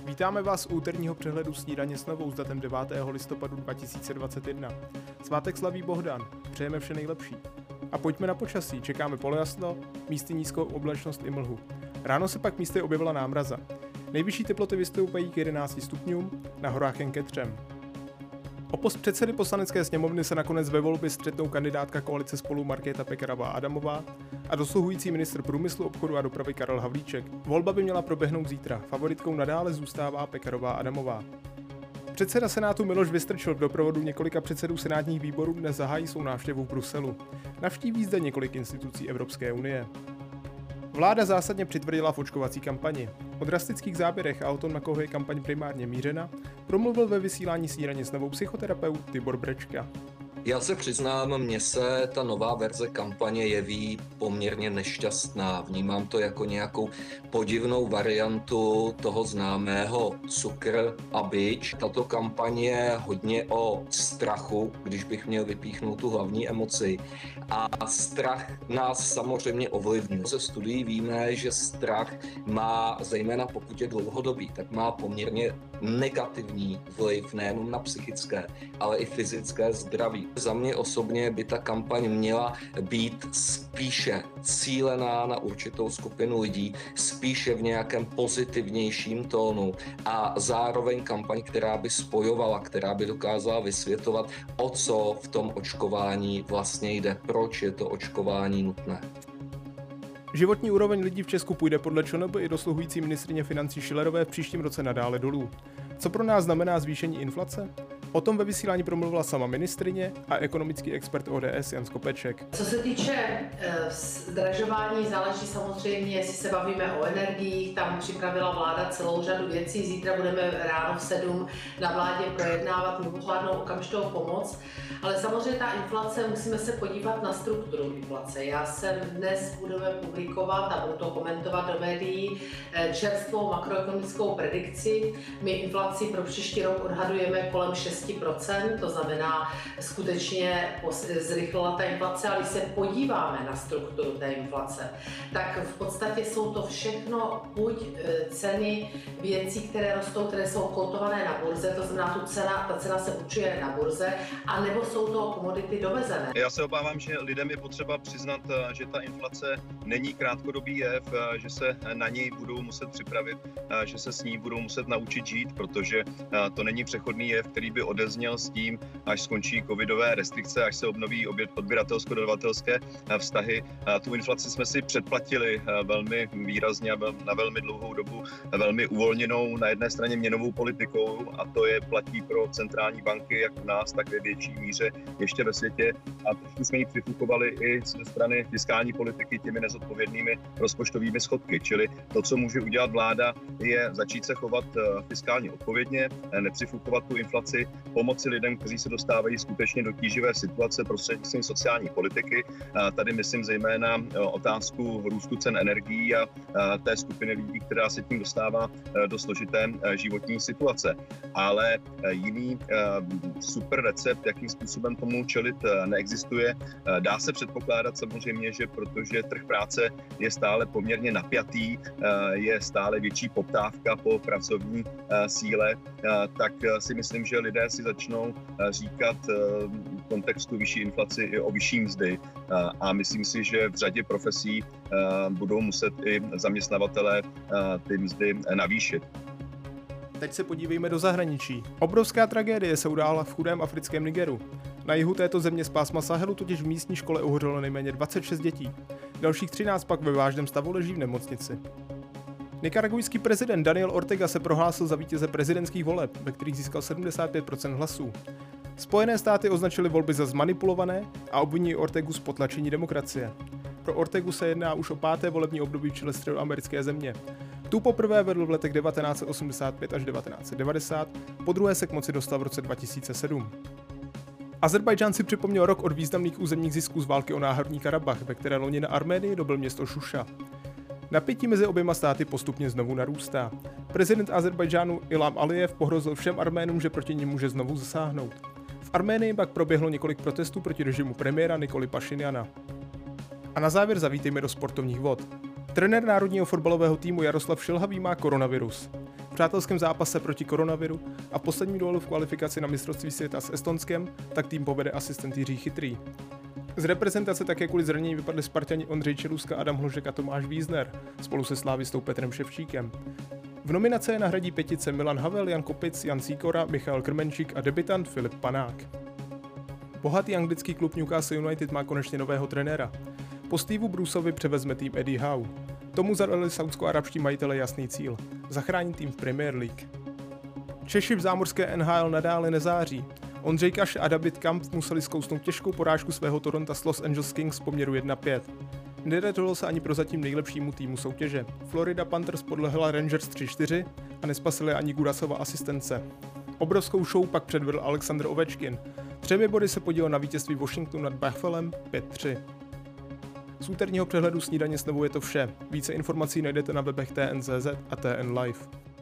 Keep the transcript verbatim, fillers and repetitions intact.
Vítáme vás u úterního přehledu snídaně s novou s datem devátého listopadu dva tisíce dvacet jedna. Svátek slaví Bohdan, přejeme vše nejlepší. A pojďme na počasí, čekáme polojasno, místy nízkou oblačnost i mlhu. Ráno se pak místy objevila námraza. Nejvyšší teploty vystoupají k jedenácti stupňům, na horách jen ke třem. O post předsedy poslanecké sněmovny se nakonec ve volbě střetnou kandidátka koalice Spolu Markéta Pekarová Adamová a dosluhující ministr průmyslu, obchodu a dopravy Karel Havlíček. Volba by měla proběhnout zítra, favoritkou nadále zůstává Pekarová Adamová. Předseda Senátu Miloš Vystrčil v doprovodu několika předsedů senátních výborů dnes zahájí svou návštěvu v Bruselu. Navštíví zde několik institucí Evropské unie. Vláda zásadně přitvrdila v očkovací kampani. O drastických záběrech a o tom, na koho je kampaň primárně mířena, promluvil ve vysílání snídaně s novou psychoterapeut Tibor Brečka. Já se přiznám, mně se ta nová verze kampaně jeví poměrně nešťastná. Vnímám to jako nějakou podivnou variantu toho známého cukr a bič. Tato kampaň je hodně o strachu, když bych měl vypíchnout tu hlavní emoci. A strach nás samozřejmě ovlivňuje. Ze studií víme, že strach má, zejména pokud je dlouhodobý, tak má poměrně negativní vliv nejenom na psychické, ale i fyzické zdraví. Za mě osobně by ta kampaň měla být spíše cílená na určitou skupinu lidí, spíše v nějakém pozitivnějším tónu a zároveň kampaň, která by spojovala, která by dokázala vysvětlovat, o co v tom očkování vlastně jde, proč je to očkování nutné. Životní úroveň lidí v Česku půjde podle ČNB i dosluhující ministryně financí Schillerové v příštím roce nadále dolů. Co pro nás znamená zvýšení inflace? O tom ve vysílání promluvila sama ministryně a ekonomický expert O D S Jan Skopeček. Co se týče zdražování, záleží samozřejmě, jestli se bavíme o energiích, tam připravila vláda celou řadu věcí. Zítra budeme ráno v sedm na vládě projednávat mimořádnou okamžitou pomoc. Ale samozřejmě ta inflace, musíme se podívat na strukturu inflace. Já jsem dnes budeme publikovat a budu to komentovat do médií čerstvou makroekonomickou predikci. My inflaci pro příští rok odhadujeme kolem šest procent, to znamená skutečně zrychlila ta inflace, ale když se podíváme na strukturu té inflace, tak v podstatě jsou to všechno buď ceny věcí, které rostou, které jsou kotované na burze, to znamená, tu cena, ta cena se určuje na burze, anebo jsou to komodity dovezené. Já se obávám, že lidem je potřeba přiznat, že ta inflace není krátkodobý jev, že se na ní budou muset připravit, že se s ní budou muset naučit žít, protože to není přechodný jev, který by odezněl s tím, až skončí covidové restrikce, až se obnoví odběratelsko-dodavatelské vztahy. Tu inflaci jsme si předplatili velmi výrazně a na velmi dlouhou dobu velmi uvolněnou na jedné straně měnovou politikou, a to je platí pro centrální banky jak u nás, tak ve větší míře ještě ve světě. A trošku jsme ji přifukovali i ze strany fiskální politiky těmi nezodpovědnými rozpočtovými schodky. Čili to, co může udělat vláda, je začít se chovat fiskálně odpovědně, nepřifukovat tu inflaci, pomoci lidem, kteří se dostávají skutečně do tíživé situace prostřednictvím sociální politiky. Tady myslím zejména otázku růstu cen energií a té skupiny lidí, která se tím dostává do složité životní situace. Ale jiný super recept, jakým způsobem tomu čelit, neexistuje. Dá se předpokládat samozřejmě, že protože trh práce je stále poměrně napjatý, je stále větší poptávka po pracovní síle, tak si myslím, že lidé si začnou říkat v kontextu vyšší inflaci i o vyšší mzdy. A myslím si, že v řadě profesí budou muset i zaměstnavatelé ty mzdy navýšit. Teď se podívejme do zahraničí. Obrovská tragédie se udála v chudém africkém Nigeru. Na jihu této země z pásma Sahelu totiž v místní škole uhořelo nejméně dvacet šest dětí. Dalších třináct pak ve vážném stavu leží v nemocnici. Nikaragujský prezident Daniel Ortega se prohlásil za vítěze prezidentských voleb, ve kterých získal sedmdesát pět procent hlasů. Spojené státy označily volby za zmanipulované a obviní Ortegu z potlačení demokracie. Pro Ortegu se jedná už o páté volební období v čele středoamerické země. Tu poprvé vedl v letech devatenáct set osmdesát pět až devatenáct set devadesát, podruhé se k moci dostal v roce dva tisíce sedm. Azerbajdžán si připomněl rok od významných územních zisků z války o náhorní Karabach, ve které loni na Arménii dobyl město Šuša. Napětí mezi oběma státy postupně znovu narůstá. Prezident Azerbajdžánu Ilham Alijev pohrozil všem Arménům, že proti nim může znovu zasáhnout. V Arménii pak proběhlo několik protestů proti režimu premiéra Nikoli Pašinjana. A na závěr zavítejme do sportovních vod. Trenér národního fotbalového týmu Jaroslav Šilhavý má koronavirus. přátelském zápase proti koronaviru a v posledním duelu v kvalifikaci na mistrovství světa s Estonskem tak tým povede asistent Jiří Chytrý. Z reprezentace také kvůli zranění vypadli Sparťani Ondřej Čeluska, Adam Hložek a Tomáš Wiesner, spolu se slávistou Petrem Ševčíkem. V nominaci je nahradí pětice Milan Havel, Jan Kopic, Jan Sýkora, Michal Krmenčík a debutant Filip Panák. Bohatý anglický klub Newcastle United má konečně nového trenéra. Po Steveu Bruceovi převezme tým Eddie Howe. Tomu zadali saúdsko-arabští majitele jasný cíl – zachránit tým v Premier League. Češi v zámořské N H L nadále nezáří. Ondřej Kaš a David Kamp museli zkousnout těžkou porážku svého Toronto s Los Angeles Kings v poměru jedna pět. Nedařilo se ani prozatím nejlepšímu týmu soutěže. Florida Panthers podlehla Rangers tři čtyři a nespasili ani Gurasova asistence. Obrovskou show pak předvedl Alexander Ovečkin. Třemi body se podílel na vítězství Washingtonu nad Buffalem pět tři. Z úterního přehledu Snídaně s Novou je to vše. Více informací najdete na webech T N C Z a T N Live.